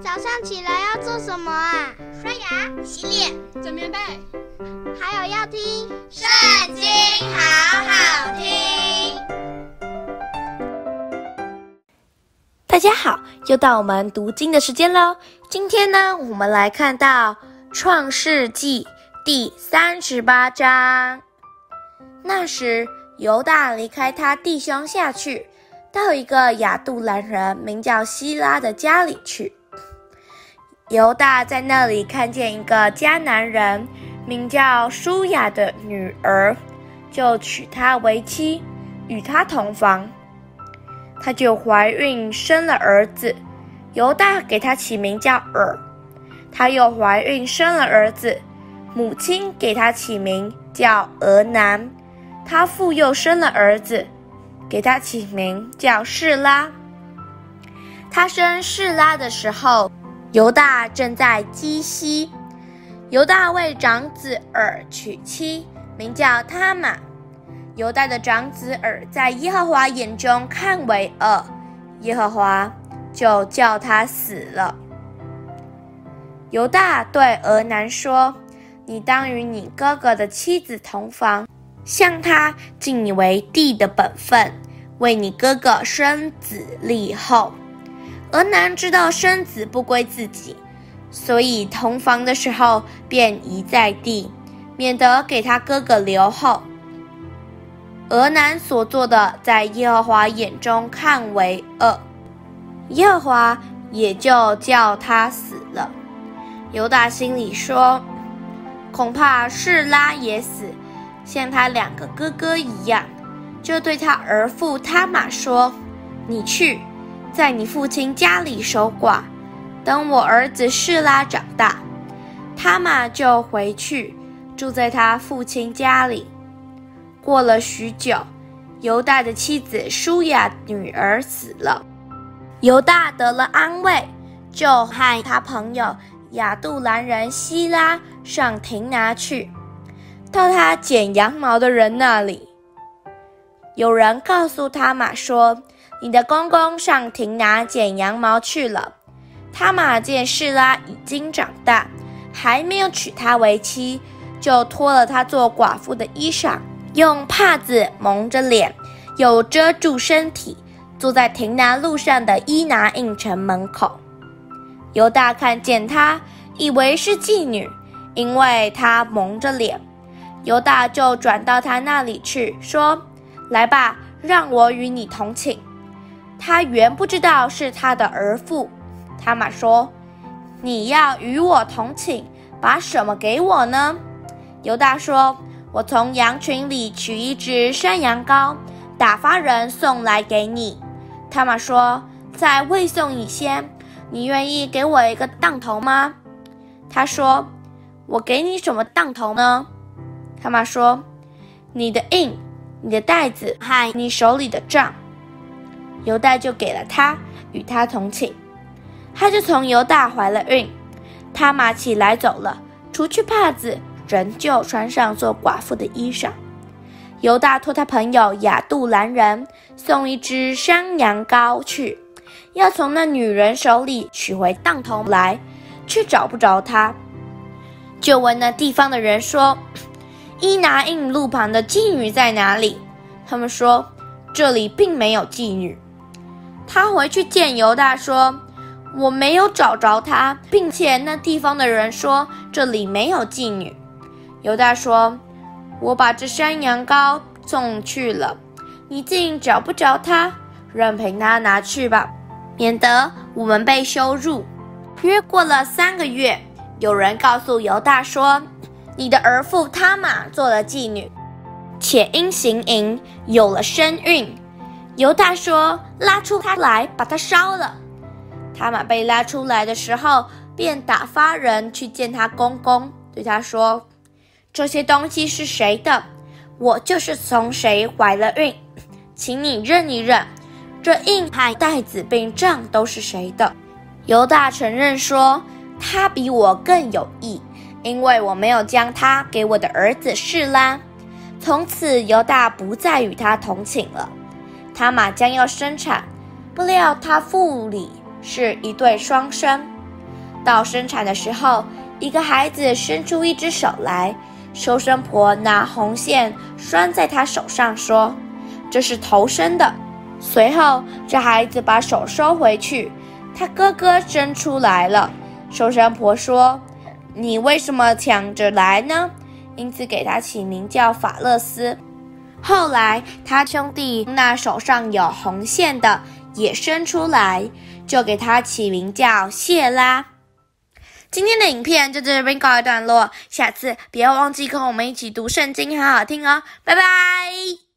早上起来要做什么啊？ 刷牙、洗脸、 整棉被， 还有要听《 圣经》，好好听。 大家好，又到我们读经的时间咯。今天呢，我们来看到创世纪第38章。那时，犹大离开他弟兄下去，到一个亚杜兰人名叫希拉的家里去。犹大在那里看见一个迦南人名叫舒雅的女儿，就娶她为妻，与她同房。她就怀孕生了儿子，犹大给她起名叫尔。她又怀孕生了儿子，母亲给她起名叫俄南。她父又生了儿子，给他起名叫示拉。他生示拉的时候，犹大正在基西。犹大为长子尔娶妻，名叫他玛。犹大的长子尔在耶和华眼中看为恶，耶和华就叫他死了。犹大对俄南说：“你当与你哥哥的妻子同房，向他尽你为弟的本分，为你哥哥生子立后。”俄南知道生子不归自己，所以同房的时候便移在地，免得给他哥哥留后。俄南所做的，在耶和华眼中看为恶，耶和华也就叫他死了。犹大心里说：“恐怕示拉也死，像他两个哥哥一样。”就对他儿妇他玛说：“你去，在你父亲家里守寡，等我儿子示拉长大。”他玛就回去，住在他父亲家里。过了许久，犹大的妻子舒雅女儿死了。犹大得了安慰，就和他朋友亚杜兰人希拉上亭拿去，到他剪羊毛的人那里。有人告诉他玛说：“你的公公上亭拿剪羊毛去了。”他玛见示拉已经长大，还没有娶她为妻，就脱了她做寡妇的衣裳，用帕子蒙着脸，又遮住身体，坐在亭拿路上的伊拿印城门口。犹大看见她，以为是妓女，因为她蒙着脸。犹大就转到她那里去，说：“来吧，让我与你同寝。”他原不知道是他的儿妇。他玛说：“你要与我同寝，把什么给我呢？”犹大说：“我从羊群里取一只山羊羔，打发人送来给你。”他玛说：“在未送以前，你愿意给我一个当头吗？”他说：“我给你什么当头呢？”他玛说：“你的印，你的带子和你手里的杖。”犹大就给了他，与他同寝。他就从犹大怀了孕。他玛起来走了，除去帕子，仍旧穿上做寡妇的衣裳。犹大托他朋友亚杜兰人送一只山羊羔去，要从那女人手里取回当头来，却找不着他，就问那地方的人说：“伊拿印路旁的妓女在哪里？”他们说：“这里并没有妓女。”他回去见犹大说：“我没有找着她，并且那地方的人说这里没有妓女。”犹大说：“我把这山羊羔送去了，你竟找不着她，任凭她拿去吧，免得我们被羞辱。”约过了3个月，有人告诉犹大说：“你的儿妇他玛做了妓女，且因行淫有了身孕。”犹大说：“拉出她来，把她烧了。”他玛被拉出来的时候，便打发人去见他公公，对他说：“这些东西是谁的？我就是从谁怀了孕，请你认一认，这印和带子并杖都是谁的？”犹大承认说：“他比我更有义，因为我没有将他给我的儿子示拉。”从此犹大不再与他同寝了。他玛将要生产，不料他腹里是一对双生。 到生产的时候，一个孩子伸出一只手来，收生婆拿红线拴在他手上，说：“这是头生的。”随后，这孩子把手收回去，他哥哥生出来了。收生婆说：“你为什么抢着来呢？”因此给他起名叫法勒斯。后来，他兄弟那手上有红线的也生出来，就给他起名叫谢拉。今天的影片就到这边告一段落，下次别忘记跟我们一起读圣经，好好听哦，拜拜。